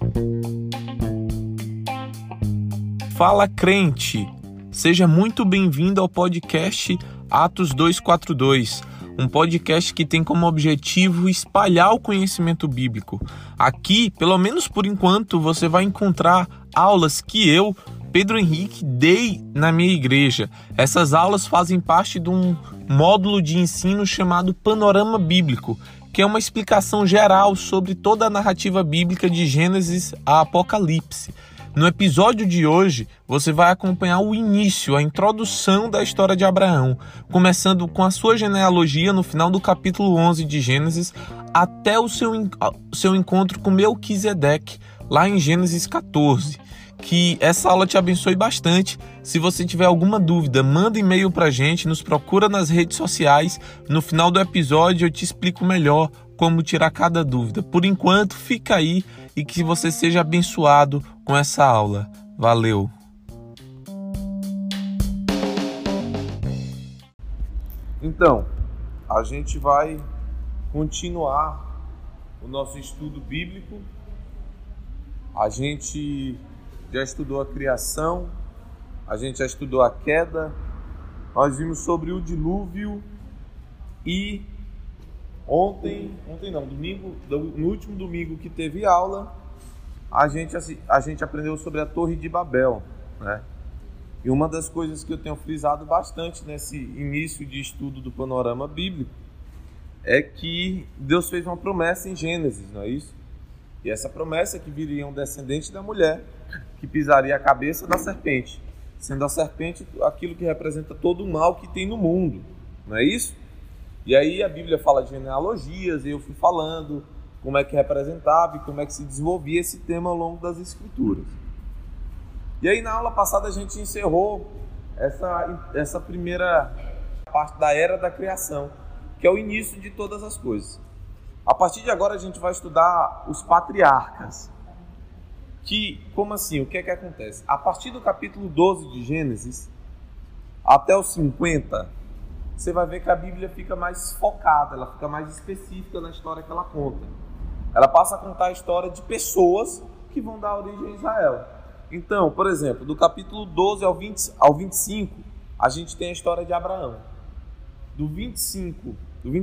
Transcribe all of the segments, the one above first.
Fala, crente! Seja muito bem-vindo ao podcast Atos 242, um podcast que tem como objetivo espalhar o conhecimento bíblico. Aqui, pelo menos por enquanto, você vai encontrar aulas que eu, Pedro Henrique, dei na minha igreja. Essas aulas fazem parte de um módulo de ensino chamado Panorama Bíblico, que é uma explicação geral sobre toda a narrativa bíblica de Gênesis a Apocalipse. No episódio de hoje, você vai acompanhar o início, a introdução da história de Abraão, começando com a sua genealogia no final do capítulo 11 de Gênesis, até o seu encontro com Melquisedeque, lá em Gênesis 14. Que essa aula te abençoe bastante. Se você tiver alguma dúvida, manda e-mail pra gente, nos procura nas redes sociais. No final do episódio eu te explico melhor como tirar cada dúvida. Por enquanto, fica aí e que você seja abençoado com essa aula. Valeu! Então, a gente vai continuar o nosso estudo bíblico. A gente já estudou a criação, a gente já estudou a queda, nós vimos sobre o dilúvio e no último domingo que teve aula, a gente aprendeu sobre a Torre de Babel, né? E uma das coisas que eu tenho frisado bastante nesse início de estudo do panorama bíblico é que Deus fez uma promessa em Gênesis, não é isso? E essa promessa é que viria um descendente da mulher que pisaria a cabeça da serpente, sendo a serpente aquilo que representa todo o mal que tem no mundo, não é isso? E aí a Bíblia fala de genealogias, e eu fui falando como é que representava e como é que se desenvolvia esse tema ao longo das Escrituras. E aí na aula passada a gente encerrou essa primeira parte da era da criação, que é o início de todas as coisas. A partir de agora a gente vai estudar os patriarcas. Como assim? O que é que acontece? A partir do capítulo 12 de Gênesis até os 50, você vai ver que a Bíblia fica mais focada, ela fica mais específica na história que ela conta. Ela passa a contar a história de pessoas que vão dar origem a Israel. Então, por exemplo, do capítulo 12 ao 25, a gente tem a história de Abraão. Do 25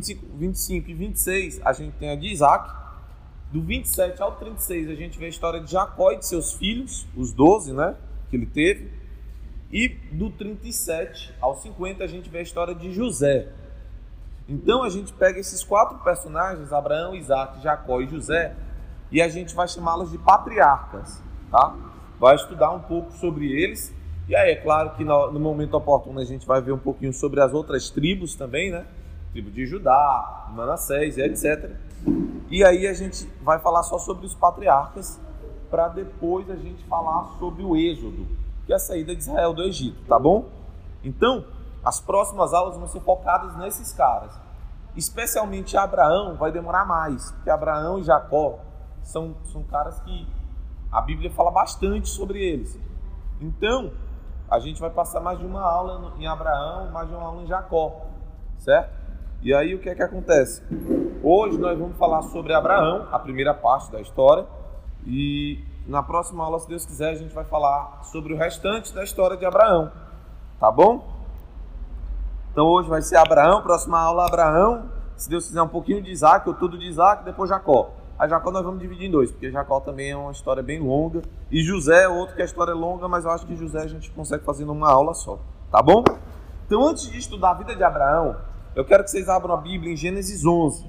e 26, a gente tem a de Isaac. Do 27 ao 36, a gente vê a história de Jacó e de seus filhos, os 12, né, que ele teve. E do 37 ao 50, a gente vê a história de José. Então, a gente pega esses 4 personagens, Abraão, Isaac, Jacó e José, e a gente vai chamá-los de patriarcas, tá? Vai estudar um pouco sobre eles. E aí, é claro que no momento oportuno, a gente vai ver um pouquinho sobre as outras tribos também, né? Tribo de Judá, Manassés, etc. E aí a gente vai falar só sobre os patriarcas, para depois a gente falar sobre o Êxodo, que é a saída de Israel do Egito, tá bom? Então, as próximas aulas vão ser focadas nesses caras. Especialmente Abraão vai demorar mais, porque Abraão e Jacó são caras que a Bíblia fala bastante sobre eles. Então, a gente vai passar mais de uma aula em Abraão, mais de uma aula em Jacó, certo? E aí o que é que acontece? Hoje nós vamos falar sobre Abraão, a primeira parte da história, e na próxima aula, se Deus quiser, a gente vai falar sobre o restante da história de Abraão, tá bom? Então hoje vai ser Abraão, próxima aula Abraão, se Deus quiser um pouquinho de Isaac, ou tudo de Isaac, depois Jacó. A Jacó nós vamos dividir em 2, porque Jacó também é uma história bem longa, e José é outro que a história é longa, mas eu acho que José a gente consegue fazer numa aula só, tá bom? Então antes de estudar a vida de Abraão, eu quero que vocês abram a Bíblia em Gênesis 11,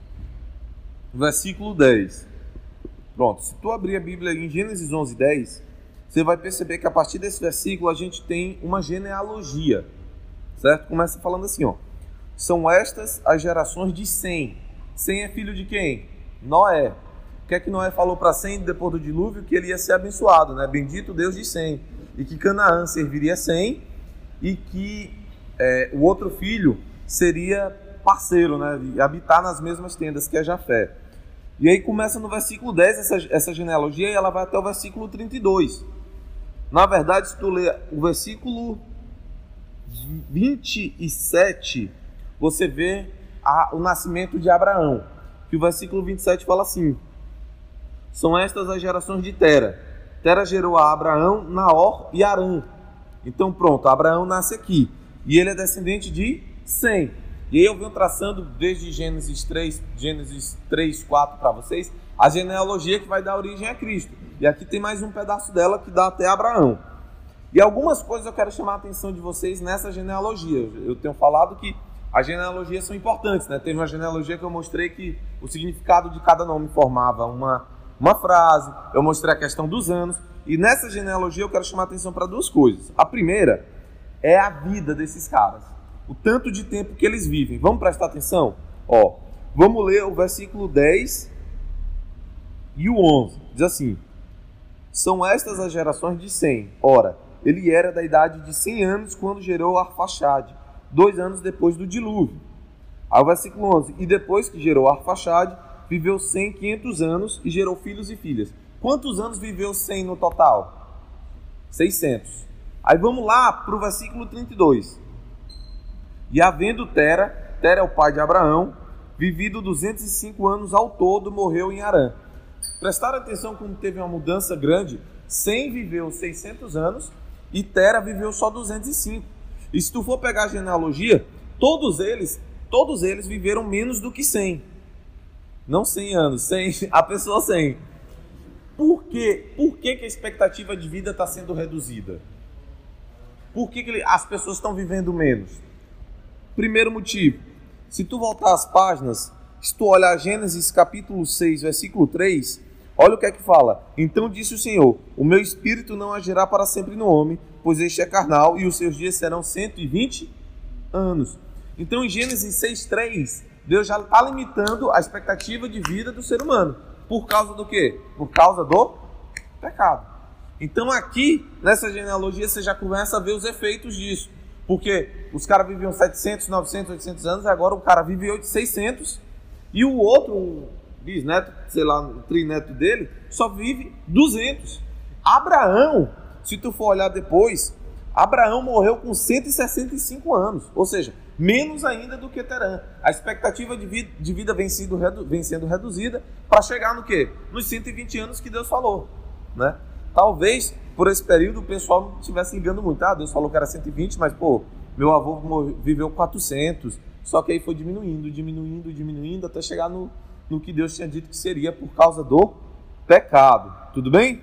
versículo 10. Pronto, se tu abrir a Bíblia em Gênesis 11, 10, você vai perceber que a partir desse versículo a gente tem uma genealogia, certo? Começa falando assim, ó. São estas as gerações de Sem. Sem é filho de quem? Noé. O que é que Noé falou para Sem depois do dilúvio? Que ele ia ser abençoado, né? Bendito Deus de Sem. E que Canaã serviria Sem e que o outro filho seria parceiro, né? E habitar nas mesmas tendas, que é Jafé. E aí começa no versículo 10 essa genealogia, e ela vai até o versículo 32. Na verdade, se tu ler o versículo 27, você vê o nascimento de Abraão, que o versículo 27 fala assim: São estas as gerações de Tera. Tera gerou a Abraão, Naor e Harã. Então pronto, Abraão nasce aqui. E ele é descendente de Sem. E aí eu venho traçando desde Gênesis 3, 4 para vocês, a genealogia que vai dar origem a Cristo. E aqui tem mais um pedaço dela que dá até Abraão. E algumas coisas eu quero chamar a atenção de vocês nessa genealogia. Eu tenho falado que as genealogias são importantes, né? Teve uma genealogia que eu mostrei que o significado de cada nome formava uma frase, eu mostrei a questão dos anos. E nessa genealogia eu quero chamar a atenção para duas coisas. A primeira é a vida desses caras. O tanto de tempo que eles vivem. Vamos prestar atenção? Vamos ler o versículo 10 e o 11. Diz assim: são estas as gerações de Sem. Ora, ele era da idade de 100 anos quando gerou Arfaxade, 2 anos depois do dilúvio. Aí o versículo 11: e depois que gerou Arfaxade, viveu Sem 500 anos e gerou filhos e filhas. Quantos anos viveu Sem no total? 600. Aí vamos lá para o versículo 32. E havendo Tera é o pai de Abraão, vivido 205 anos ao todo, morreu em Harã. Prestaram atenção como teve uma mudança grande? Sem viveu 600 anos e Tera viveu só 205. E se tu for pegar a genealogia, todos eles viveram menos do que 100. Não 100 anos, 100, a pessoa 100. Por quê? Por que a expectativa de vida está sendo reduzida? Por que as pessoas estão vivendo menos? Primeiro motivo, se tu voltar às páginas, se tu olhar Gênesis capítulo 6, versículo 3, olha o que é que fala. Então disse o Senhor: o meu espírito não agirá para sempre no homem, pois este é carnal e os seus dias serão 120 anos. Então em Gênesis 6:3, Deus já está limitando a expectativa de vida do ser humano. Por causa do quê? Por causa do pecado. Então aqui, nessa genealogia, você já começa a ver os efeitos disso. Porque os caras viviam 700, 900, 800 anos, e agora o cara vive 600, e o outro, o bisneto, sei lá, o trineto dele, só vive 200. Abraão, se tu for olhar depois, Abraão morreu com 165 anos, ou seja, menos ainda do que Terã. A expectativa de vida vem sendo reduzida para chegar no quê? Nos 120 anos que Deus falou, né? Talvez, por esse período, o pessoal não estivesse ligando muito. Deus falou que era 120, mas, meu avô viveu 400. Só que aí foi diminuindo, até chegar no que Deus tinha dito que seria por causa do pecado. Tudo bem?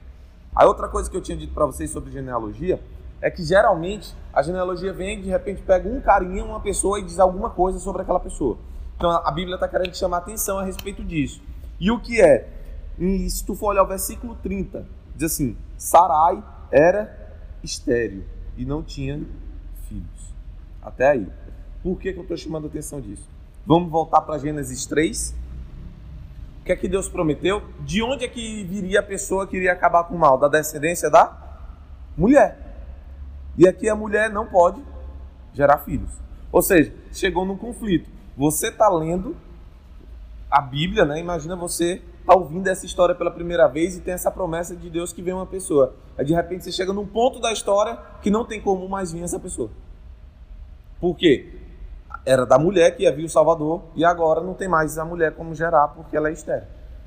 A outra coisa que eu tinha dito para vocês sobre genealogia é que, geralmente, a genealogia vem e, de repente, pega um carinha, uma pessoa e diz alguma coisa sobre aquela pessoa. Então, a Bíblia está querendo chamar atenção a respeito disso. E o que é? E se tu for olhar o versículo 30, diz assim: Sarai era estéril e não tinha filhos. Até aí. Por que eu estou chamando a atenção disso? Vamos voltar para Gênesis 3. O que é que Deus prometeu? De onde é que viria a pessoa que iria acabar com o mal? Da descendência da mulher. E aqui a mulher não pode gerar filhos. Ou seja, chegou num conflito. Você está lendo a Bíblia, né? Imagina você está ouvindo essa história pela primeira vez e tem essa promessa de Deus que vem uma pessoa. Aí de repente você chega num ponto da história que não tem como mais vir essa pessoa. Por quê? Era da mulher que havia o Salvador e agora não tem mais a mulher como gerar porque ela é estéril.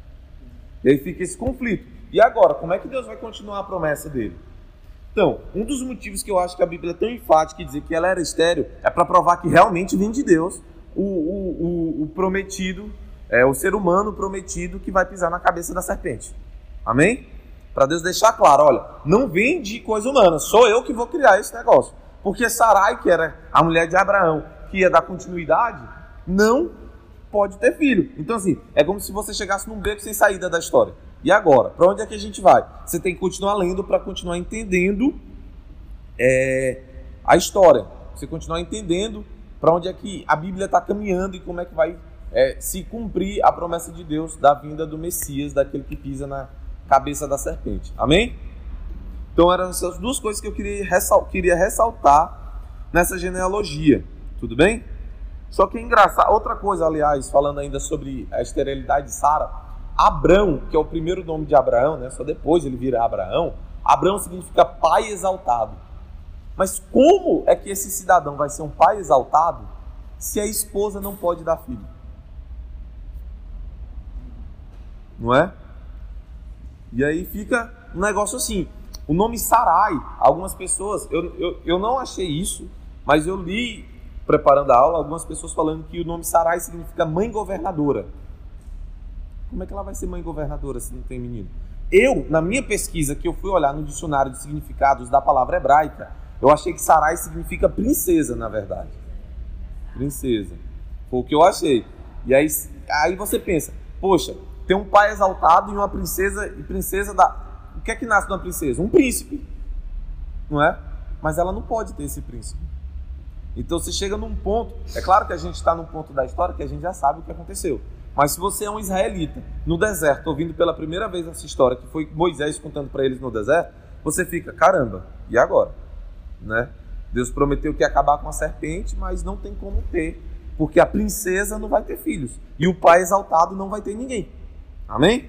E aí fica esse conflito. E agora, como é que Deus vai continuar a promessa dele? Então, um dos motivos que eu acho que a Bíblia é tão enfática em dizer que ela era estéril é para provar que realmente vem de Deus o prometido, o ser humano prometido que vai pisar na cabeça da serpente. Amém? Para Deus deixar claro, olha, não vem de coisa humana, sou eu que vou criar esse negócio. Porque Sarai, que era a mulher de Abraão, que ia dar continuidade, não pode ter filho. Então assim, é como se você chegasse num beco sem saída da história. E agora? Para onde é que a gente vai? Você tem que continuar lendo para continuar entendendo a história. Você continuar entendendo para onde é que a Bíblia está caminhando e como é que vai se cumprir a promessa de Deus da vinda do Messias, daquele que pisa na cabeça da serpente. Amém? Então eram essas duas coisas que eu queria ressaltar nessa genealogia. Tudo bem? Só que é engraçado. Outra coisa, aliás, falando ainda sobre a esterilidade de Sara, Abrão, que é o primeiro nome de Abraão, né? Só depois ele vira Abraão. Abraão significa pai exaltado. Mas como é que esse cidadão vai ser um pai exaltado se a esposa não pode dar filho? Não é? E aí fica um negócio assim. O nome Sarai, algumas pessoas, eu não achei isso, mas eu li, preparando a aula, algumas pessoas falando que o nome Sarai significa mãe governadora. Como é que ela vai ser mãe governadora se não tem menino? Eu, na minha pesquisa, que eu fui olhar no dicionário de significados da palavra hebraica, eu achei que Sarai significa princesa, na verdade. Princesa. Foi o que eu achei. E aí você pensa, poxa, tem um pai exaltado e uma princesa, e princesa da... O que é que nasce de uma princesa? Um príncipe, não é? Mas ela não pode ter esse príncipe. Então você chega num ponto, é claro que a gente está num ponto da história que a gente já sabe o que aconteceu. Mas se você é um israelita no deserto, ouvindo pela primeira vez essa história, que foi Moisés contando para eles no deserto, você fica, caramba, e agora? Né? Deus prometeu que ia acabar com a serpente, mas não tem como ter, porque a princesa não vai ter filhos, e o pai exaltado não vai ter ninguém. Amém?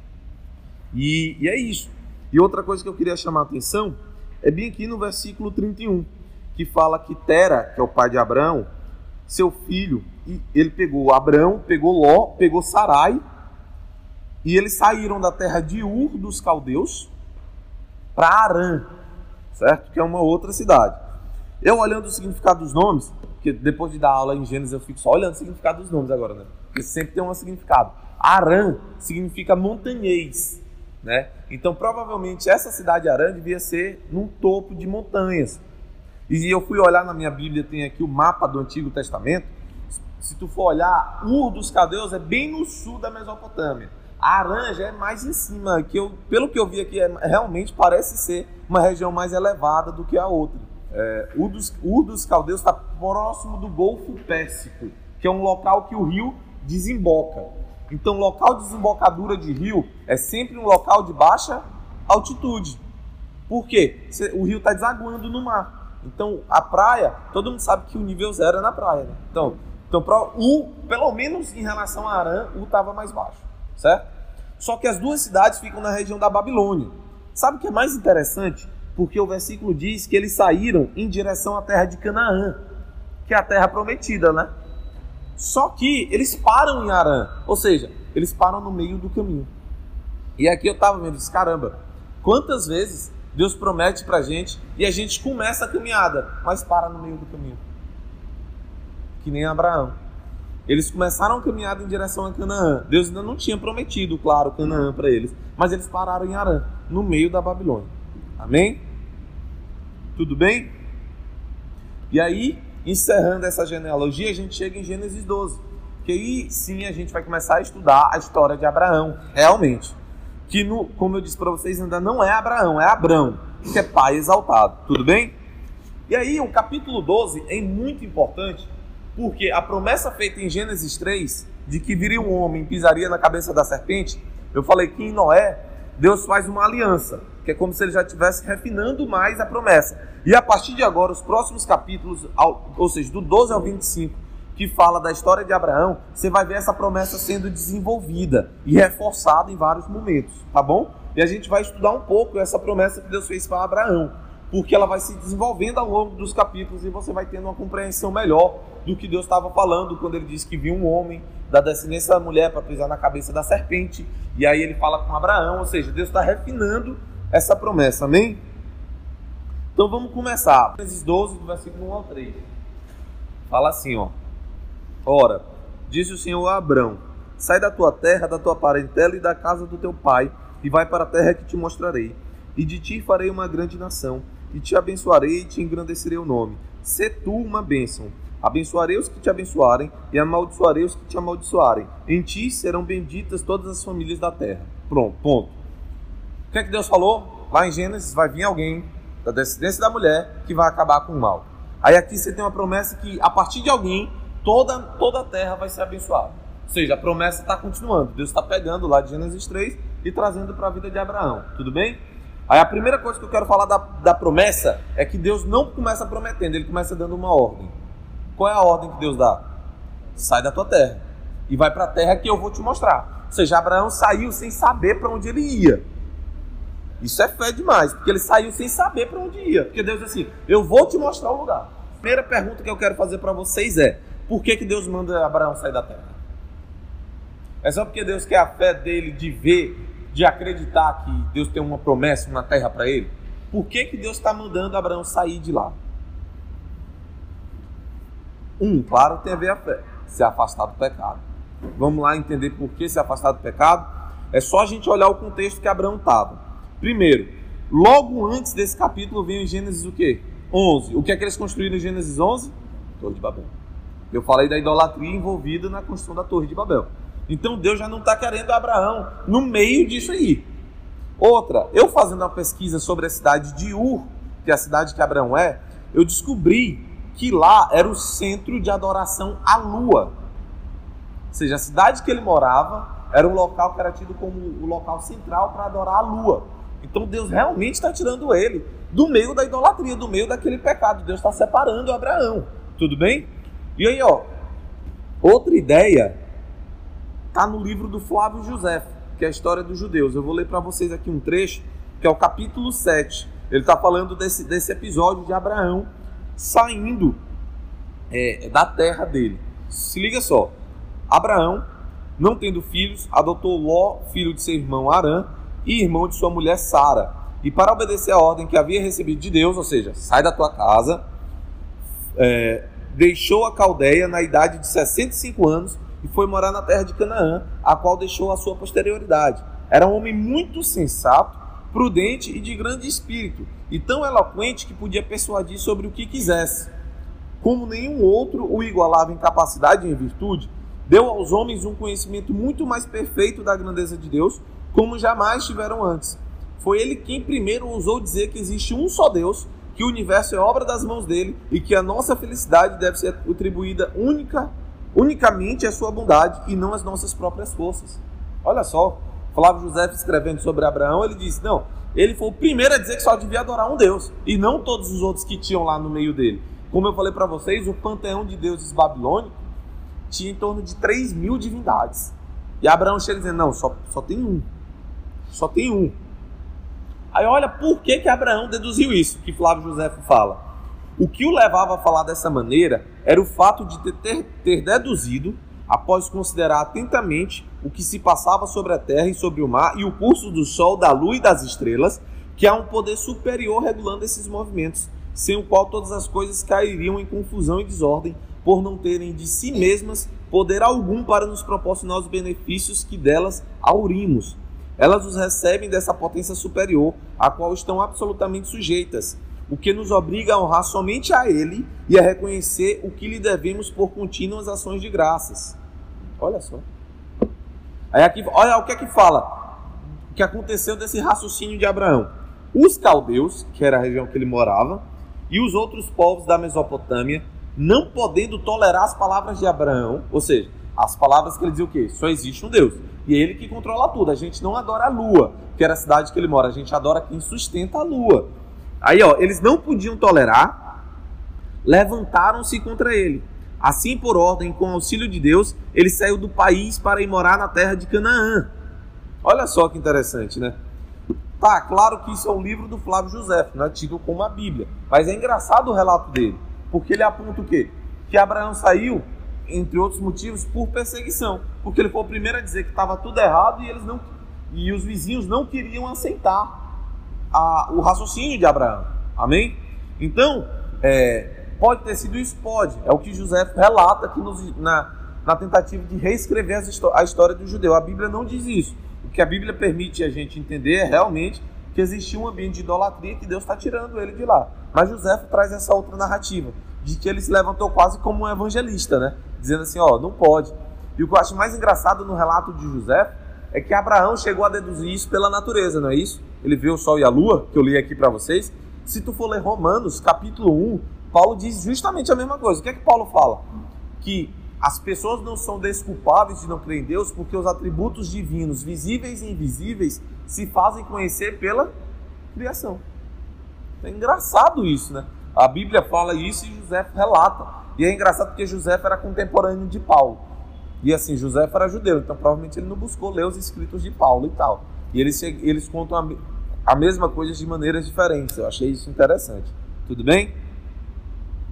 E é isso. E outra coisa que eu queria chamar a atenção é bem aqui no versículo 31, que fala que Tera, que é o pai de Abraão, seu filho, e ele pegou Abraão, pegou Ló, pegou Sarai, e eles saíram da terra de Ur dos caldeus para Harã, certo? Que é uma outra cidade. Eu olhando o significado dos nomes, porque depois de dar aula em Gênesis eu fico só olhando o significado dos nomes agora, né? Porque sempre tem um significado. Harã significa montanhês, né? Então provavelmente essa cidade Harã devia ser num topo de montanhas. E eu fui olhar na minha Bíblia, tem aqui o mapa do Antigo Testamento. Se tu for olhar, Ur dos Caldeus é bem no sul da Mesopotâmia. Harã já é mais em cima, pelo que eu vi aqui, realmente parece ser uma região mais elevada do que a outra. Ur dos Caldeus está próximo do Golfo Pérsico, que é um local que o rio desemboca. Então, local de desembocadura de rio é sempre um local de baixa altitude. Por quê? O rio está desaguando no mar. Então, a praia, todo mundo sabe que o nível zero é na praia, né? Então pelo menos em relação a Harã, estava mais baixo, certo? Só que as duas cidades ficam na região da Babilônia. Sabe o que é mais interessante? Porque o versículo diz que eles saíram em direção à terra de Canaã, que é a terra prometida, né? Só que eles param em Harã, ou seja, eles param no meio do caminho. E aqui eu estava vendo isso, caramba, quantas vezes Deus promete pra gente e a gente começa a caminhada, mas para no meio do caminho. Que nem Abraão. Eles começaram a caminhada em direção a Canaã. Deus ainda não tinha prometido, claro, Canaã para eles, mas eles pararam em Harã, no meio da Babilônia. Amém? Tudo bem? E aí, encerrando essa genealogia, a gente chega em Gênesis 12. Que aí sim a gente vai começar a estudar a história de Abraão, realmente. Que, como eu disse para vocês, ainda não é Abraão, é Abrão, que é pai exaltado. Tudo bem? E aí, o capítulo 12 é muito importante, porque a promessa feita em Gênesis 3, de que viria um homem e pisaria na cabeça da serpente, eu falei que em Noé, Deus faz uma aliança, que é como se ele já estivesse refinando mais a promessa. E a partir de agora, os próximos capítulos, ou seja, do 12 ao 25, que fala da história de Abraão, você vai ver essa promessa sendo desenvolvida e reforçada em vários momentos, tá bom? E a gente vai estudar um pouco essa promessa que Deus fez para Abraão, porque ela vai se desenvolvendo ao longo dos capítulos e você vai tendo uma compreensão melhor do que Deus estava falando quando ele disse que viu um homem da descendência da mulher para pisar na cabeça da serpente, e aí ele fala com Abraão, ou seja, Deus está refinando essa promessa, amém? Então vamos começar. Gênesis 12, do versículo 1 ao 3. Fala assim, ó. Ora, disse o Senhor a Abrão: sai da tua terra, da tua parentela e da casa do teu pai, e vai para a terra que te mostrarei. E de ti farei uma grande nação, e te abençoarei e te engrandecerei o nome. Sê tu uma bênção. Abençoarei os que te abençoarem, e amaldiçoarei os que te amaldiçoarem. Em ti serão benditas todas as famílias da terra. Pronto, ponto. O que é que Deus falou? Lá em Gênesis vai vir alguém da descendência da mulher que vai acabar com o mal. Aí aqui você tem uma promessa que a partir de alguém toda a terra vai ser abençoada. Ou seja, a promessa está continuando. Deus está pegando lá de Gênesis 3 e trazendo para a vida de Abraão. Tudo bem? Aí a primeira coisa que eu quero falar da promessa é que Deus não começa prometendo, ele começa dando uma ordem. Qual é a ordem que Deus dá? Sai da tua terra e vai para a terra que eu vou te mostrar. Ou seja, Abraão saiu sem saber para onde ele ia. Isso é fé demais, porque ele saiu sem saber para onde ia. Porque Deus disse assim, eu vou te mostrar o lugar. A primeira pergunta que eu quero fazer para vocês é: por que Deus manda Abraão sair da terra? É só porque Deus quer a fé dele de ver de acreditar que Deus tem uma promessa, uma terra para ele? Por que Deus está mandando Abraão sair de lá? Claro, tem a ver a fé, se afastar do pecado. Vamos lá entender por que se afastar do pecado? É só a gente olhar o contexto que Abraão estava. Primeiro, logo antes desse capítulo vem em Gênesis o quê? 11. O que é que eles construíram em Gênesis 11? Torre de Babel. Eu falei da idolatria envolvida na construção da Torre de Babel. Então Deus já não está querendo Abraão no meio disso aí. Outra, eu fazendo uma pesquisa sobre a cidade de Ur, que é a cidade que Abraão é, eu descobri que lá era o centro de adoração à lua. Ou seja, a cidade que ele morava era um local que era tido como o local central para adorar a lua. Então Deus realmente está tirando ele do meio da idolatria, do meio daquele pecado. Deus está separando Abraão. Tudo bem? E aí, outra ideia está no livro do Flávio José, que é a história dos judeus. Eu vou ler para vocês aqui um trecho, que é o capítulo 7. Ele está falando desse episódio de Abraão saindo da terra dele. Se liga só. Abraão, não tendo filhos, adotou Ló, filho de seu irmão Harã, e irmão de sua mulher Sara. E para obedecer a ordem que havia recebido de Deus, ou seja, sai da tua casa, deixou a Caldeia na idade de 65 anos e foi morar na terra de Canaã, a qual deixou a sua posterioridade. Era um homem muito sensato, prudente e de grande espírito, e tão eloquente que podia persuadir sobre o que quisesse. Como nenhum outro o igualava em capacidade e em virtude, deu aos homens um conhecimento muito mais perfeito da grandeza de Deus, como jamais tiveram antes. Foi ele quem primeiro ousou dizer que existe um só Deus, que o universo é obra das mãos dele e que a nossa felicidade deve ser atribuída unicamente à sua bondade e não às nossas próprias forças. Olha só, Flávio José escrevendo sobre Abraão, ele disse, não, ele foi o primeiro a dizer que só devia adorar um Deus, e não todos os outros que tinham lá no meio dele. Como eu falei para vocês, o panteão de deuses babilônico tinha em torno de 3.000 divindades. E Abraão chega dizendo, não, só tem um. Só tem um. Aí olha por que Abraão deduziu isso, que Flávio José fala. O que o levava a falar dessa maneira era o fato de ter deduzido, após considerar atentamente o que se passava sobre a terra e sobre o mar e o curso do sol, da lua e das estrelas, que há um poder superior regulando esses movimentos, sem o qual todas as coisas cairiam em confusão e desordem, por não terem de si mesmas poder algum para nos proporcionar os benefícios que delas aurimos. Elas os recebem dessa potência superior, a qual estão absolutamente sujeitas, o que nos obriga a honrar somente a Ele e a reconhecer o que lhe devemos por contínuas ações de graças. Olha só. Aí aqui, olha o que é que fala, o que aconteceu desse raciocínio de Abraão. Os caldeus, que era a região que ele morava, e os outros povos da Mesopotâmia, não podendo tolerar as palavras de Abraão, ou seja, as palavras que ele dizia o quê? Só existe um Deus. E é ele que controla tudo. A gente não adora a lua, que era a cidade que ele mora. A gente adora quem sustenta a lua. Aí, eles não podiam tolerar, levantaram-se contra ele. Assim, por ordem, com auxílio de Deus, ele saiu do país para ir morar na terra de Canaã. Olha só que interessante, né? Tá, claro que isso é um livro do Flávio José, não é tido como a Bíblia. Mas é engraçado o relato dele, porque ele aponta o quê? Que Abraão saiu, entre outros motivos, por perseguição. Porque ele foi o primeiro a dizer que estava tudo errado e os vizinhos não queriam aceitar o raciocínio de Abraão. Amém? Então, pode ter sido isso? Pode. É o que José relata aqui na tentativa de reescrever a história do judeu. A Bíblia não diz isso. O que a Bíblia permite a gente entender é realmente que existia um ambiente de idolatria que Deus está tirando ele de lá. Mas José traz essa outra narrativa, de que ele se levantou quase como um evangelista, né? Dizendo assim, não pode. E o que eu acho mais engraçado no relato de José é que Abraão chegou a deduzir isso pela natureza, não é isso? Ele vê o sol e a lua, que eu li aqui para vocês. Se tu for ler Romanos, capítulo 1, Paulo diz justamente a mesma coisa. O que é que Paulo fala? Que as pessoas não são desculpáveis de não crer em Deus porque os atributos divinos, visíveis e invisíveis, se fazem conhecer pela criação. É engraçado isso, né? A Bíblia fala isso e José relata. E é engraçado porque José era contemporâneo de Paulo. E assim, José era judeu, então provavelmente ele não buscou ler os escritos de Paulo e tal. E eles contam a mesma coisa de maneiras diferentes. Eu achei isso interessante. Tudo bem?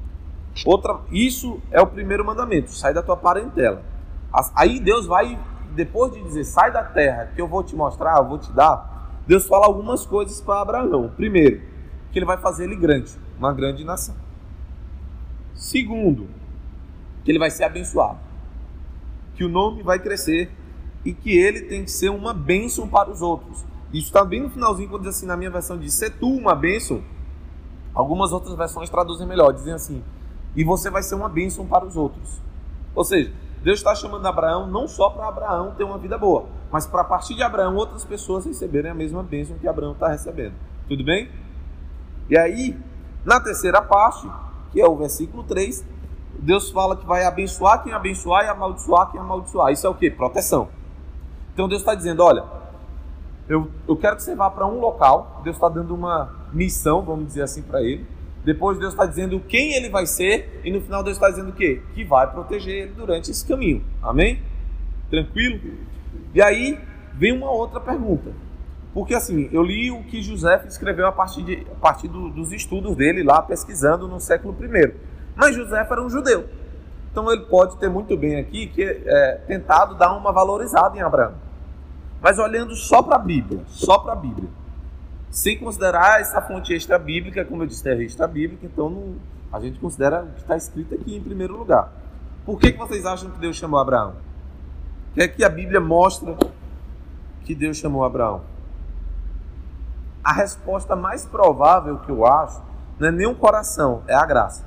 Isso é o primeiro mandamento. Sai da tua parentela. Aí Deus vai depois de dizer, sai da terra que eu vou te mostrar, eu vou te dar, Deus fala algumas coisas para Abraão. Primeiro, que ele vai fazer ele grande, uma grande nação. Segundo, que ele vai ser abençoado, que o nome vai crescer e que ele tem que ser uma bênção para os outros. Isso está bem no finalzinho, quando diz assim, na minha versão diz, ser tu uma bênção. Algumas outras versões traduzem melhor, dizem assim, e você vai ser uma bênção para os outros. Ou seja, Deus está chamando Abraão não só para Abraão ter uma vida boa, mas para a partir de Abraão outras pessoas receberem a mesma bênção que Abraão está recebendo. Tudo bem? E aí, na terceira parte, que é o versículo 3, Deus fala que vai abençoar quem abençoar e amaldiçoar quem amaldiçoar. Isso é o quê? Proteção. Então Deus está dizendo, olha, eu quero que você vá para um local. Deus está dando uma missão, vamos dizer assim, para ele. Depois Deus está dizendo quem ele vai ser. E no final Deus está dizendo o quê? Que vai proteger ele durante esse caminho. Amém? Tranquilo? E aí vem uma outra pergunta. Porque assim, eu li o que José escreveu a partir dos estudos dele lá, pesquisando no século I. Mas José era um judeu. Então ele pode ter muito bem aqui tentado dar uma valorizada em Abraão. Mas olhando só para a Bíblia, sem considerar essa fonte extra-bíblica, como eu disse, é extra-bíblica, então a gente considera o que está escrito aqui em primeiro lugar. Por que vocês acham que Deus chamou Abraão? O que é que a Bíblia mostra que Deus chamou Abraão? A resposta mais provável que eu acho não é nem o coração, é a graça.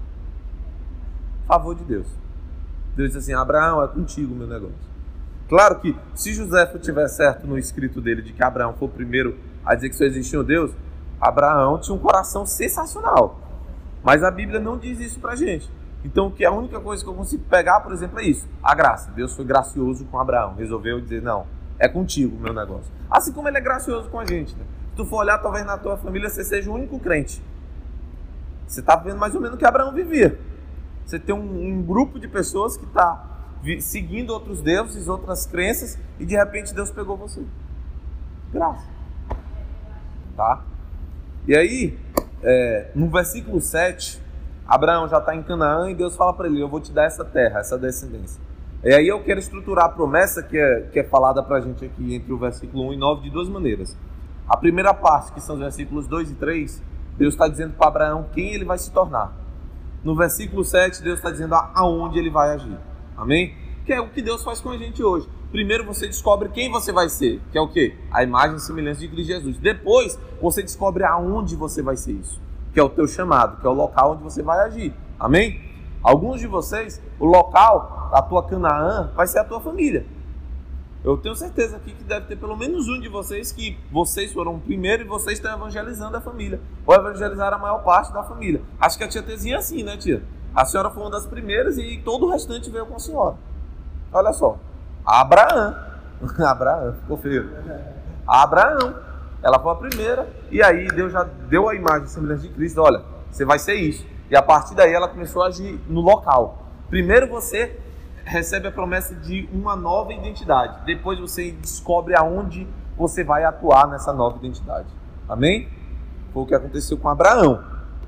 Favor de Deus. Deus diz assim, Abraão, é contigo o meu negócio. Claro que se José tiver certo no escrito dele de que Abraão foi o primeiro a dizer que só existia um Deus, Abraão tinha um coração sensacional. Mas a Bíblia não diz isso pra gente. Então a única coisa que eu consigo pegar, por exemplo, é isso. A graça. Deus foi gracioso com Abraão. Resolveu dizer, não, é contigo o meu negócio. Assim como ele é gracioso com a gente, né? Se tu for olhar, talvez na tua família você seja o único crente. Você está vivendo mais ou menos o que Abraão vivia. Você tem um grupo de pessoas que está seguindo outros deuses, outras crenças, e de repente Deus pegou você. Graça. Tá? E aí, no versículo 7, Abraão já está em Canaã e Deus fala para ele, eu vou te dar essa terra, essa descendência. E aí eu quero estruturar a promessa que é falada para a gente aqui entre o versículo 1 e 9 de duas maneiras. A primeira parte, que são os versículos 2 e 3, Deus está dizendo para Abraão quem ele vai se tornar. No versículo 7, Deus está dizendo aonde ele vai agir. Amém? Que é o que Deus faz com a gente hoje. Primeiro você descobre quem você vai ser, que é o quê? A imagem e semelhança de Cristo Jesus. Depois você descobre aonde você vai ser isso, que é o teu chamado, que é o local onde você vai agir. Amém? Alguns de vocês, o local da tua Canaã vai ser a tua família. Eu tenho certeza aqui que deve ter pelo menos um de vocês que vocês foram o primeiro e vocês estão evangelizando a família, ou evangelizaram a maior parte da família. Acho que a tia Tezinha é assim, né, tia? A senhora foi uma das primeiras e todo o restante veio com a senhora. Olha só, Abraão, ficou feio. Abraão, ela foi a primeira, e aí Deus já deu a imagem e semelhança de Cristo, olha, você vai ser isso. E a partir daí ela começou a agir no local. Primeiro você recebe a promessa de uma nova identidade, depois você descobre aonde você vai atuar nessa nova identidade. Amém? Foi o que aconteceu com Abraão.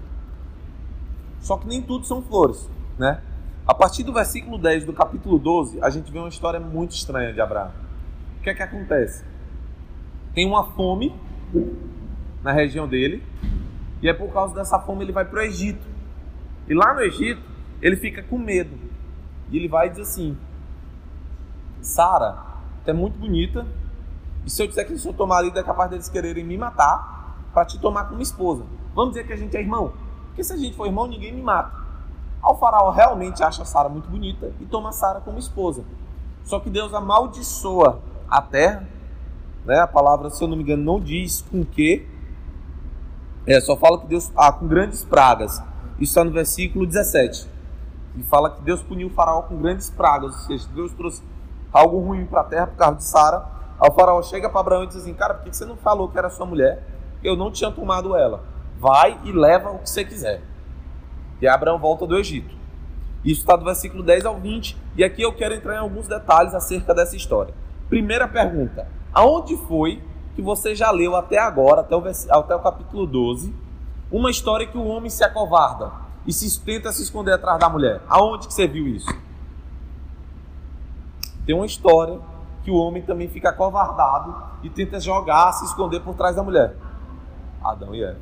Só que nem tudo são flores, né? A partir do versículo 10 do capítulo 12, a gente vê uma história muito estranha de Abraão. O que é que acontece? Tem uma fome na região dele, e é por causa dessa fome ele vai para o Egito. E lá no Egito, ele fica com medo. E ele vai e diz assim, Sara, tu é muito bonita, e se eu disser que eu sou teu marido, é capaz deles quererem me matar para te tomar como esposa. Vamos dizer que a gente é irmão? Porque se a gente for irmão, ninguém me mata. O faraó realmente acha Sara muito bonita e toma Sara como esposa. Só que Deus amaldiçoa a terra, né? A palavra, se eu não me engano, não diz com que. Só fala que Deus... com grandes pragas. Isso está no versículo 17. E fala que Deus puniu o faraó com grandes pragas. Ou seja, Deus trouxe algo ruim para a terra por causa de Sara. Aí o faraó chega para Abraão e diz assim, cara, por que você não falou que era sua mulher? Eu não tinha tomado ela. Vai e leva o que você quiser. E Abraão volta do Egito. Isso está do versículo 10 ao 20. E aqui eu quero entrar em alguns detalhes acerca dessa história. Primeira pergunta. Aonde foi que você já leu até agora, até o capítulo 12, uma história que o homem se acovarda e tenta se esconder atrás da mulher? Aonde que você viu isso? Tem uma história que o homem também fica acovardado e tenta jogar, se esconder por trás da mulher? Adão e Eva.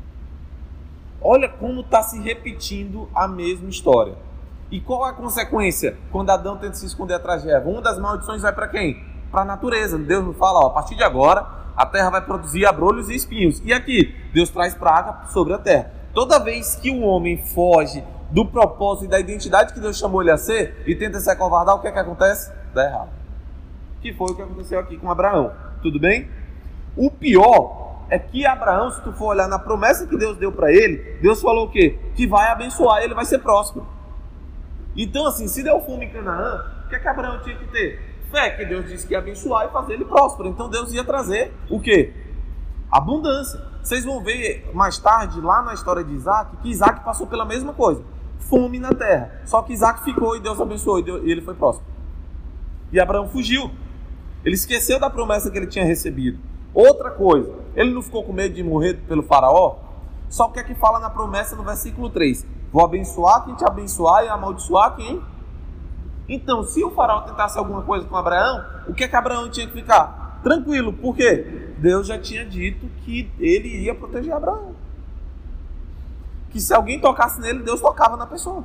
Olha como está se repetindo a mesma história. E qual é a consequência quando Adão tenta se esconder atrás de Eva? Uma das maldições vai para quem? Para a natureza. Deus nos fala, a partir de agora, a terra vai produzir abrolhos e espinhos. E aqui, Deus traz praga sobre a terra. Toda vez que o homem foge do propósito e da identidade que Deus chamou ele a ser e tenta se acovardar, o que é que acontece? Dá errado. Que foi o que aconteceu aqui com Abraão. Tudo bem? O pior é que Abraão, se tu for olhar na promessa que Deus deu para ele, Deus falou o quê? Que vai abençoar ele, vai ser próspero. Então assim, se deu fome em Canaã, o que é que Abraão tinha que ter? Fé, que Deus disse que ia abençoar e fazer ele próspero. Então Deus ia trazer o quê? Abundância. Vocês vão ver mais tarde, lá na história de Isaac, que Isaac passou pela mesma coisa. Fome na terra. Só que Isaac ficou e Deus abençoou e ele foi próspero. E Abraão fugiu. Ele esqueceu da promessa que ele tinha recebido. Outra coisa, ele não ficou com medo de morrer pelo faraó? Só o que é que fala na promessa no versículo 3? Vou abençoar quem te abençoar e amaldiçoar quem? Então, se o faraó tentasse alguma coisa com Abraão, o que é que Abraão tinha que ficar? Tranquilo, por quê? Deus já tinha dito que ele iria proteger Abraão. Que se alguém tocasse nele, Deus tocava na pessoa.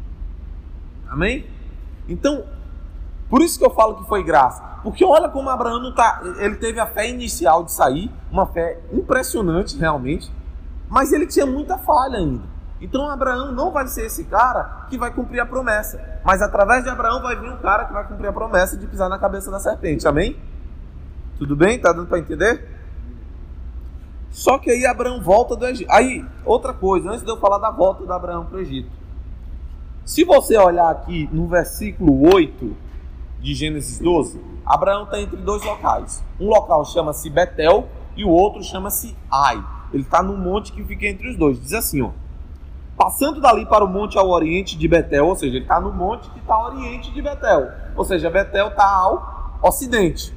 Amém? Então, por isso que eu falo que foi graça. Porque olha como Abraão não tá. Ele teve a fé inicial de sair, uma fé impressionante realmente, mas ele tinha muita falha ainda. Então Abraão não vai ser esse cara que vai cumprir a promessa, mas através de Abraão vai vir um cara que vai cumprir a promessa de pisar na cabeça da serpente. Amém? Tudo bem? Tá dando para entender? Só que aí Abraão volta do Egito. Aí, outra coisa, antes de eu falar da volta de Abraão para o Egito. Se você olhar aqui no versículo 8 de Gênesis 12, Abraão está entre dois locais. Um local chama-se Betel e o outro chama-se Ai. Ele está no monte que fica entre os dois. Diz assim, ó. Passando dali para o monte ao oriente de Betel, ou seja, ele está no monte que está ao oriente de Betel. Ou seja, Betel está ao ocidente.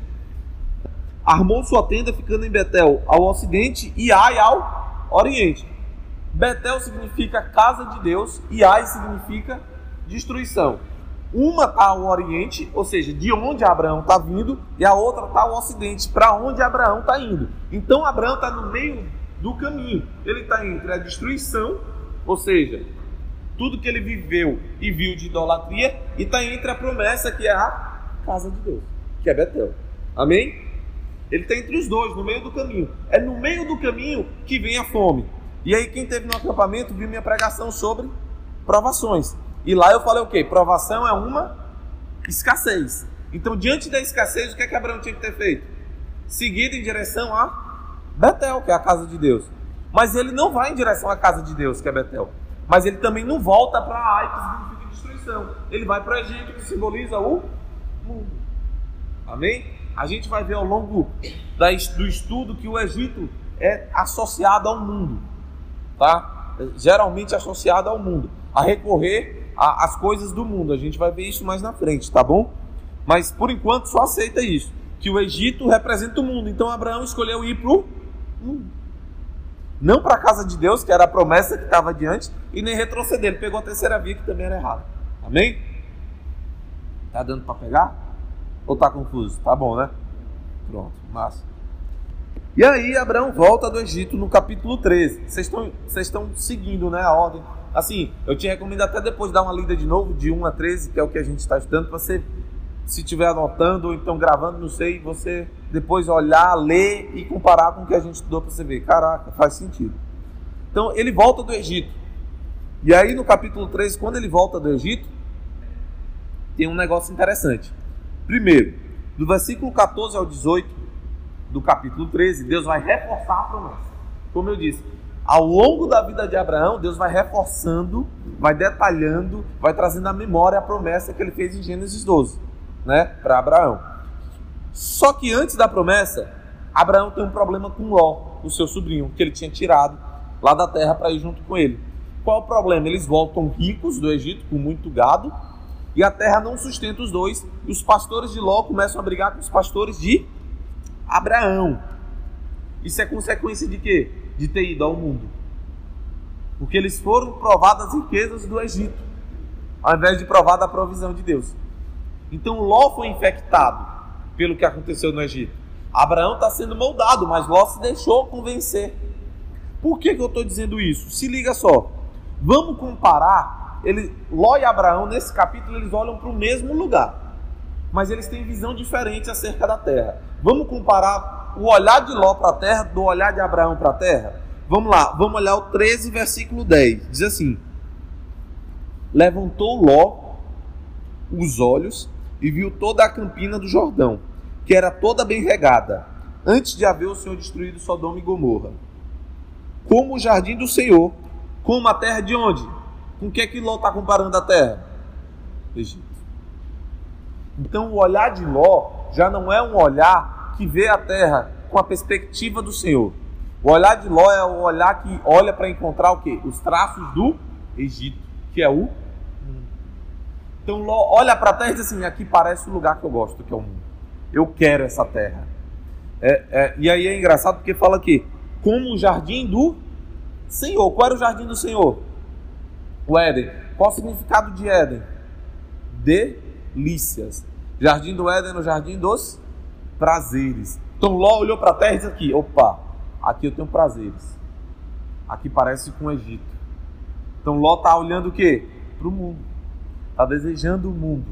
Armou sua tenda ficando em Betel ao ocidente e Ai ao oriente. Betel significa casa de Deus e Ai significa destruição. Uma está ao oriente, ou seja, de onde Abraão está vindo, e a outra está ao ocidente, para onde Abraão está indo. Então Abraão está no meio do caminho. Ele está entre a destruição, ou seja, tudo que ele viveu e viu de idolatria, e está entre a promessa que é a casa de Deus, que é Betel. Amém? Ele está entre os dois, no meio do caminho. É no meio do caminho que vem a fome. E aí quem esteve no acampamento viu minha pregação sobre provações. E lá eu falei o quê? Provação é uma escassez. Então diante da escassez, o que é que Abraão tinha que ter feito? Seguido em direção a Betel, que é a casa de Deus. Mas ele não vai em direção à casa de Deus, que é Betel. Mas ele também não volta para Ai, que significa destruição. Ele vai para o Egito, que simboliza o mundo. Amém? A gente vai ver ao longo do estudo que o Egito é associado ao mundo. Tá? Geralmente associado ao mundo. A recorrer às coisas do mundo. A gente vai ver isso mais na frente, tá bom? Mas por enquanto só aceita isso. Que o Egito representa o mundo. Então Abraão escolheu ir para o mundo. Não para a casa de Deus, que era a promessa que estava adiante, e nem retroceder. Ele pegou a terceira via, que também era errado. Amém? Tá dando para pegar? Ou tá confuso? Tá bom, né? Pronto, massa. E aí Abraão volta do Egito no capítulo 13. Vocês estão seguindo, né, a ordem. Assim, eu te recomendo até depois dar uma lida de novo, de 1 a 13, que é o que a gente está estudando, para você, se estiver anotando ou então gravando, não sei, você depois olhar, ler e comparar com o que a gente estudou para você ver. Caraca, faz sentido. Então, ele volta do Egito. E aí, no capítulo 13, quando ele volta do Egito, tem um negócio interessante. Primeiro, do versículo 14 ao 18 do capítulo 13, Deus vai reforçar a promessa. Como eu disse, ao longo da vida de Abraão, Deus vai reforçando, vai detalhando, vai trazendo à memória a promessa que ele fez em Gênesis 12, né, para Abraão. Só que antes da promessa, Abraão tem um problema com Ló, o seu sobrinho, que ele tinha tirado lá da terra para ir junto com ele. Qual o problema? Eles voltam ricos do Egito, com muito gado, e a terra não sustenta os dois, e os pastores de Ló começam a brigar com os pastores de Abraão. Isso é consequência de quê? De ter ido ao mundo. Porque eles foram provar das riquezas do Egito, ao invés de provar da provisão de Deus. Então Ló foi infectado pelo que aconteceu no Egito. Abraão está sendo moldado, mas Ló se deixou convencer. Por que eu estou dizendo isso? Se liga só. Vamos comparar. Ló e Abraão, nesse capítulo, eles olham para o mesmo lugar. Mas eles têm visão diferente acerca da terra. Vamos comparar o olhar de Ló para a terra do olhar de Abraão para a terra? Vamos lá, vamos olhar o 13, versículo 10. Diz assim: levantou Ló os olhos e viu toda a campina do Jordão, que era toda bem regada, antes de haver o Senhor destruído Sodoma e Gomorra. Como o jardim do Senhor, como a terra de onde? Com o que Ló está comparando a terra? Egito. Então o olhar de Ló já não é um olhar que vê a terra com a perspectiva do Senhor. O olhar de Ló é o olhar que olha para encontrar o quê? Os traços do Egito, que é o mundo. Então Ló olha para a terra e diz assim: aqui parece o lugar que eu gosto, que é o mundo. Eu quero essa terra. E aí é engraçado porque fala aqui, como o jardim do Senhor. Qual era o jardim do Senhor? O Éden. Qual o significado de Éden? Delícias. Jardim do Éden, o jardim dos prazeres. Então Ló olhou para a terra e disse aqui: opa, aqui eu tenho prazeres. Aqui parece com o Egito. Então Ló está olhando o quê? Para o mundo. Está desejando o mundo.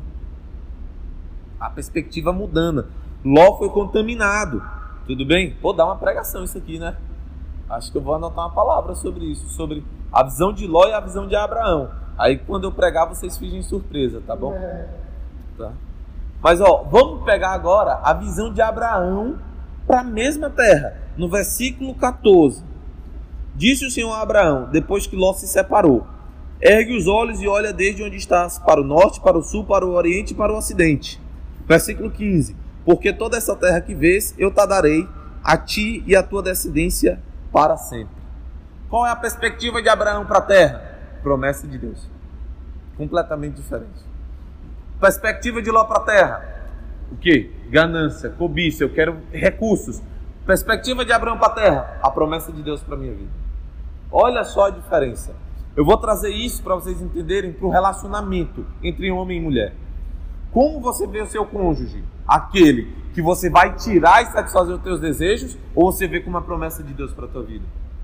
A perspectiva mudando. Ló foi contaminado. Tudo bem? Pô, dá uma pregação isso aqui, né? Acho que eu vou anotar uma palavra sobre isso, sobre a visão de Ló e a visão de Abraão. Aí quando eu pregar, vocês fingem surpresa, tá bom? Tá. Mas vamos pegar agora a visão de Abraão para a mesma terra. No versículo 14. Disse o Senhor a Abraão, depois que Ló se separou: ergue os olhos e olha desde onde estás, para o norte, para o sul, para o oriente e para o ocidente. Versículo 15. Porque toda essa terra que vês, eu te darei a ti e a tua descendência para sempre. Qual é a perspectiva de Abraão para a terra? Promessa de Deus. Completamente diferente. Perspectiva de Ló para a terra? O quê? Ganância, cobiça, eu quero recursos. Perspectiva de Abraão para a terra? A promessa de Deus para a minha vida. Olha só a diferença. Eu vou trazer isso para vocês entenderem para o relacionamento entre homem e mulher. Como você vê o seu cônjuge? Aquele que você vai tirar e satisfazer os teus desejos, ou você vê como uma promessa de Deus para a tua vida?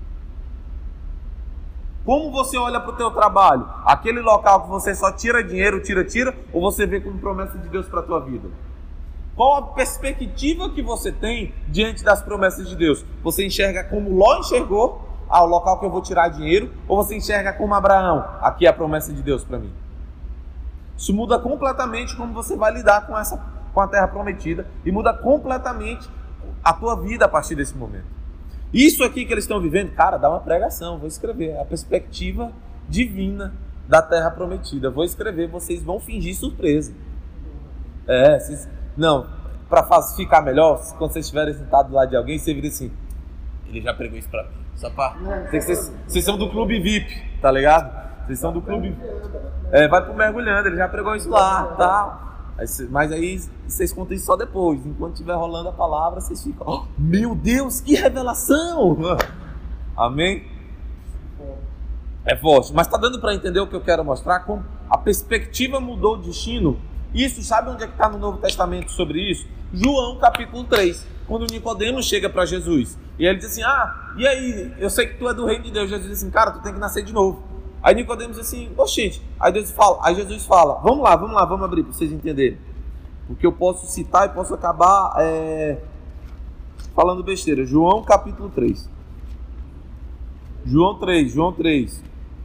Como você olha para o teu trabalho? Aquele local que você só tira dinheiro, tira, ou você vê como promessa de Deus para a tua vida? Qual a perspectiva que você tem diante das promessas de Deus? Você enxerga como Ló enxergou, o local que eu vou tirar dinheiro, ou você enxerga como Abraão, aqui é a promessa de Deus para mim? Isso muda completamente como você vai lidar com a terra prometida, e muda completamente a tua vida a partir desse momento. Isso aqui que eles estão vivendo, cara, dá uma pregação, vou escrever, a perspectiva divina da terra prometida. Vou escrever, vocês vão fingir surpresa. Não, para ficar melhor, quando vocês estiverem sentados lá de alguém, você vira assim: ele já pregou isso para mim. Só para... Vocês são do clube VIP, tá ligado? Vocês são do clube... vai pro mergulhando, ele já pregou isso lá, tá? Mas aí vocês contam isso só depois. Enquanto estiver rolando a palavra, vocês ficam: oh, meu Deus, que revelação! Amém? É forte. Mas tá dando para entender o que eu quero mostrar? Como a perspectiva mudou o destino. Isso, sabe onde é que está no Novo Testamento sobre isso? João capítulo 3. Quando Nicodemos chega para Jesus. E ele diz assim: e aí? Eu sei que tu é do reino de Deus. Jesus diz assim: cara, tu tem que nascer de novo. Aí Nicodemos diz assim: oxente. Aí Jesus fala: vamos lá, vamos abrir para vocês entenderem. Porque eu posso citar e posso acabar falando besteira. João capítulo 3. João 3.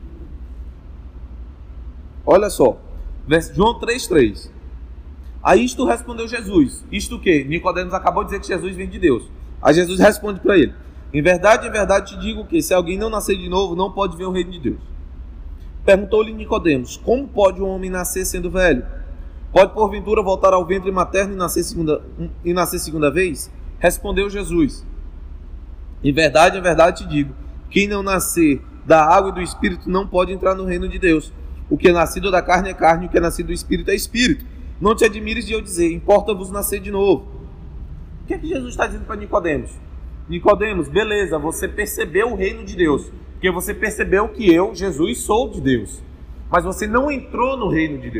Olha só. João 3:3. A isto respondeu Jesus. Isto o quê? Nicodemos acabou de dizer que Jesus vem de Deus. Aí Jesus responde para ele: em verdade te digo que se alguém não nascer de novo, não pode ver o reino de Deus. Perguntou-lhe Nicodemos: como pode um homem nascer sendo velho? Pode porventura voltar ao ventre materno e nascer segunda vez? Respondeu Jesus: em verdade te digo, quem não nascer da água e do Espírito não pode entrar no reino de Deus. O que é nascido da carne é carne, o que é nascido do Espírito é Espírito. Não te admires de eu dizer: importa-vos nascer de novo. O que é que Jesus está dizendo para Nicodemos? Nicodemos, beleza, você percebeu o reino de Deus, porque você percebeu que eu, Jesus, sou de Deus. Mas você não entrou no reino de Deus.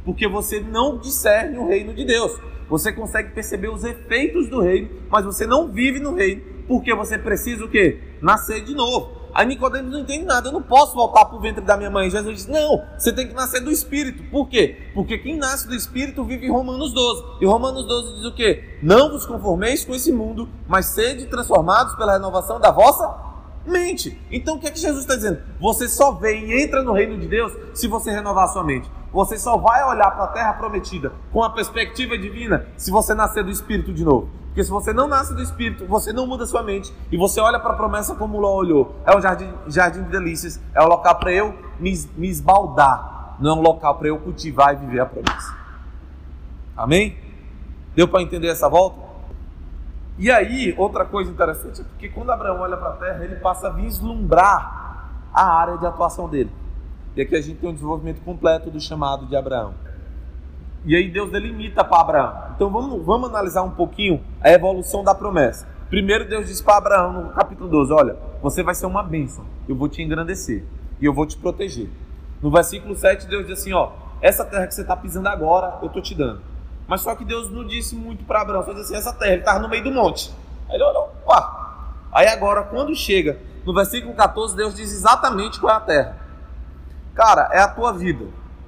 Porque você não discerne o reino de Deus. Você consegue perceber os efeitos do reino, mas você não vive no reino, porque você precisa o quê? Nascer de novo. Aí Nicodemos não entende nada, eu não posso voltar para o ventre da minha mãe. Jesus diz, não, você tem que nascer do Espírito. Por quê? Porque quem nasce do Espírito vive em Romanos 12. E Romanos 12 diz o quê? Não vos conformeis com esse mundo, mas sede transformados pela renovação da vossa mente. Então o que é que Jesus está dizendo? Você só vem e entra no reino de Deus se você renovar a sua mente. Você só vai olhar para a terra prometida com a perspectiva divina se você nascer do Espírito de novo. Porque se você não nasce do Espírito, você não muda sua mente e você olha para a promessa como Ló olhou. É um jardim de delícias, é um local para eu me esbaldar, não é um local para eu cultivar e viver a promessa. Amém? Deu para entender essa volta? E aí, outra coisa interessante é porque quando Abraão olha para a terra, ele passa a vislumbrar a área de atuação dele. E aqui a gente tem um desenvolvimento completo do chamado de Abraão. E aí Deus delimita para Abraão. Então vamos analisar um pouquinho a evolução da promessa. Primeiro Deus diz para Abraão no capítulo 12, olha, você vai ser uma bênção, eu vou te engrandecer e eu vou te proteger. No versículo 7 Deus diz assim, ó, essa terra que você está pisando agora, eu estou te dando. Mas só que Deus não disse muito para Abraão, só disse assim, essa terra, ele estava no meio do monte. Aí ele olhou, pá. Aí agora quando chega no versículo 14, Deus diz exatamente qual é a terra. Cara, é a tua vida.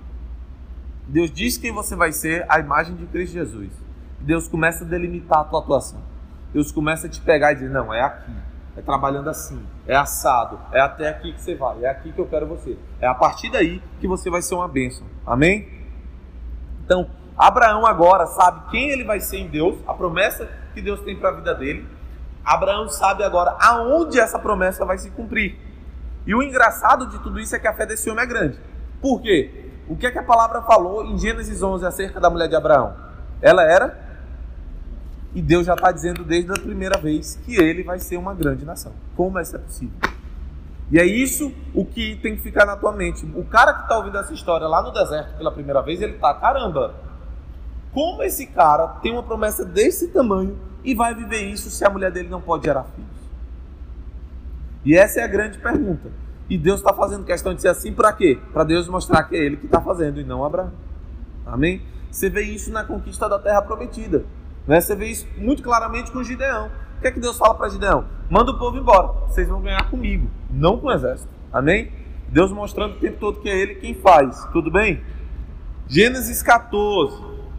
Deus diz quem você vai ser, a imagem de Cristo Jesus. Deus começa a delimitar a tua atuação. Deus começa a te pegar e dizer, não, é aqui, é trabalhando assim, é assado, é até aqui que você vai, é aqui que eu quero você. É a partir daí que você vai ser uma bênção. Amém? Então, Abraão agora sabe quem ele vai ser em Deus, a promessa que Deus tem para a vida dele. Abraão sabe agora aonde essa promessa vai se cumprir. E o engraçado de tudo isso é que a fé desse homem é grande. Por quê? O que é que a palavra falou em Gênesis 11 acerca da mulher de Abraão? Ela era, e Deus já está dizendo desde a primeira vez, que ele vai ser uma grande nação. Como isso é possível? E é isso o que tem que ficar na tua mente. O cara que está ouvindo essa história lá no deserto pela primeira vez, ele está, caramba, como esse cara tem uma promessa desse tamanho e vai viver isso se a mulher dele não pode gerar filhos? E essa é a grande pergunta. E Deus está fazendo questão de ser assim para quê? Para Deus mostrar que é Ele que está fazendo e não Abraão. Amém? Você vê isso na conquista da terra prometida, né? Você vê isso muito claramente com Gideão. O que é que Deus fala para Gideão? Manda o povo embora, vocês vão ganhar comigo, não com o exército. Amém? Deus mostrando o tempo todo que é Ele quem faz. Tudo bem? Gênesis 14.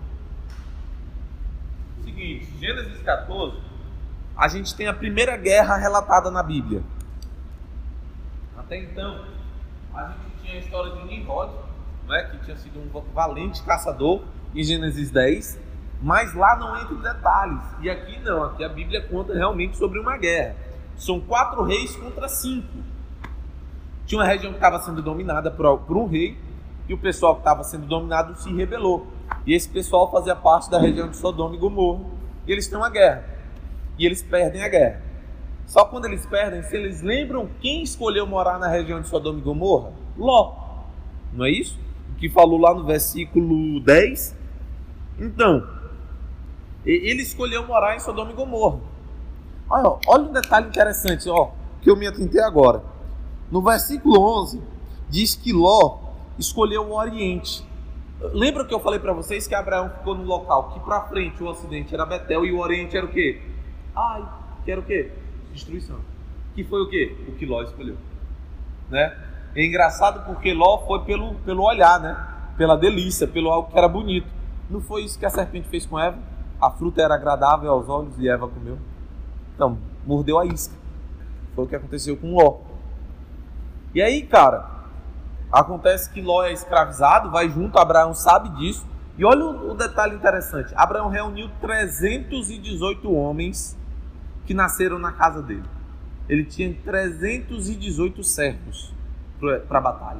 Seguinte, Gênesis 14, a gente tem a primeira guerra relatada na Bíblia. Até então, a gente tinha a história de Nimrod, né, que tinha sido um valente caçador, em Gênesis 10, mas lá não entra em detalhes. E aqui não, aqui a Bíblia conta realmente sobre uma guerra. São 4 reis contra 5. Tinha uma região que estava sendo dominada por um rei, e o pessoal que estava sendo dominado se rebelou. E esse pessoal fazia parte da região de Sodoma e Gomorra. E eles têm uma guerra. E eles perdem a guerra. Só quando eles perdem, se eles lembram quem escolheu morar na região de Sodoma e Gomorra? Ló. Não é isso? O que falou lá no versículo 10. Então, ele escolheu morar em Sodoma e Gomorra. Olha um detalhe interessante, que eu me atentei agora. No versículo 11, diz que Ló escolheu o Oriente. Lembra que eu falei para vocês que Abraão ficou no local que para frente o Ocidente era Betel e o Oriente era o quê? Que era o quê? Destruição. Que foi o quê? O que Ló escolheu, né? É engraçado porque Ló foi pelo olhar, né? Pela delícia, pelo algo que era bonito. Não foi isso que a serpente fez com Eva? A fruta era agradável aos olhos e Eva comeu. Então, mordeu a isca. Foi o que aconteceu com Ló. E aí, cara, acontece que Ló é escravizado, vai junto, Abraão sabe disso. E olha o detalhe interessante. Abraão reuniu 318 homens que nasceram na casa dele. Ele tinha 318 servos para a batalha.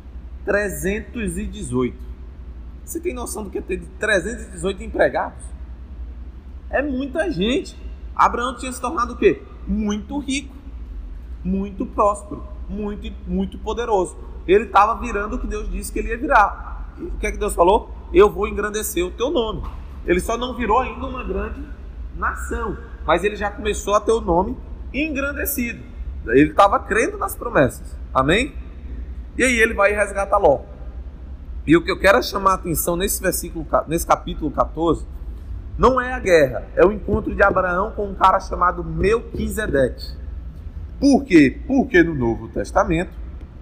318. Você tem noção do que é ter 318 empregados? É muita gente. Abraão tinha se tornado o quê? Muito rico, muito próspero, muito poderoso. Ele estava virando o que Deus disse que ele ia virar. O que é que Deus falou? Eu vou engrandecer o teu nome. Ele só não virou ainda uma grande nação, mas ele já começou a ter o nome engrandecido. Ele estava crendo nas promessas. Amém? E aí ele vai resgatar Ló. E o que eu quero chamar a atenção nesse capítulo 14, não é a guerra, é o encontro de Abraão com um cara chamado Melquisedeque. Por quê? Porque no Novo Testamento,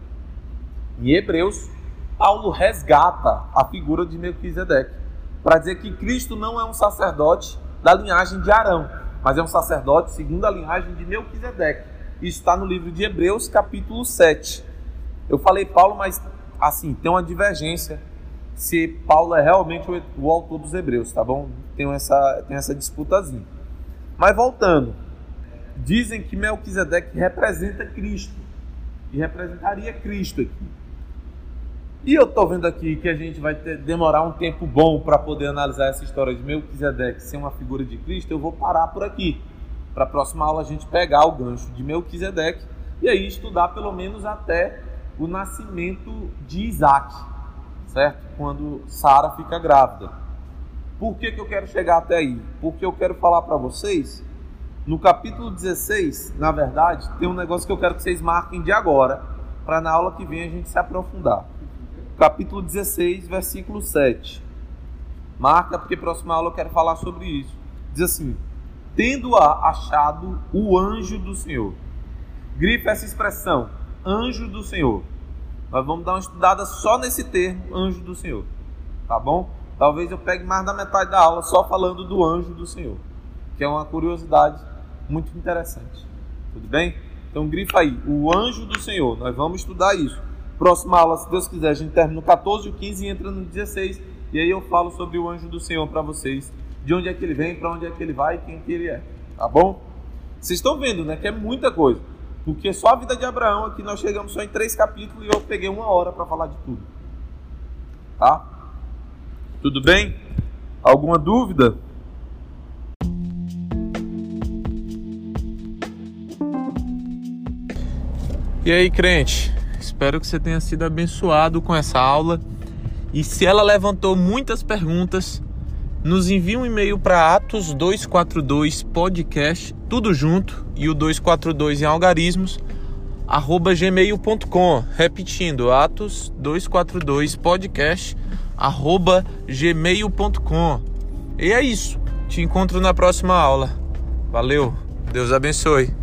em Hebreus, Paulo resgata a figura de Melquisedeque para dizer que Cristo não é um sacerdote da linhagem de Arão, mas é um sacerdote segundo a linhagem de Melquisedeque. Isso está no livro de Hebreus, capítulo 7. Eu falei Paulo, mas assim, tem uma divergência se Paulo é realmente o autor dos Hebreus, tá bom? Tem essa disputazinha. Mas voltando, dizem que Melquisedeque representa Cristo, e representaria Cristo aqui. E eu estou vendo aqui que a gente vai demorar um tempo bom para poder analisar essa história de Melquisedeque ser uma figura de Cristo. Eu vou parar por aqui. Para a próxima aula a gente pegar o gancho de Melquisedeque e aí estudar pelo menos até o nascimento de Isaac, certo? Quando Sara fica grávida. Por que eu quero chegar até aí? Porque eu quero falar para vocês, no capítulo 16, na verdade, tem um negócio que eu quero que vocês marquem de agora, para na aula que vem a gente se aprofundar. Capítulo 16, versículo 7. Marca, porque próxima aula eu quero falar sobre isso. Diz assim: tendo-a achado o anjo do Senhor. Grifa essa expressão, anjo do Senhor. Nós vamos dar uma estudada só nesse termo, anjo do Senhor. Tá bom? Talvez eu pegue mais da metade da aula só falando do anjo do Senhor, que é uma curiosidade muito interessante. Tudo bem? Então grifa aí, o anjo do Senhor. Nós vamos estudar isso. Próxima aula, se Deus quiser, a gente termina no 14, o 15 e entra no 16. E aí eu falo sobre o anjo do Senhor para vocês. De onde é que ele vem, para onde é que ele vai e quem que ele é. Tá bom? Vocês estão vendo, né? Que é muita coisa. Porque só a vida de Abraão aqui nós chegamos só em 3 capítulos e eu peguei 1 hora para falar de tudo. Tá? Tudo bem? Alguma dúvida? E aí, crente? Espero que você tenha sido abençoado com essa aula. E se ela levantou muitas perguntas, nos envie um e-mail para atos242podcast, tudo junto, e o 242 em algarismos, @gmail.com. Repetindo, atos242podcast, @gmail.com. E é isso. Te encontro na próxima aula. Valeu. Deus abençoe.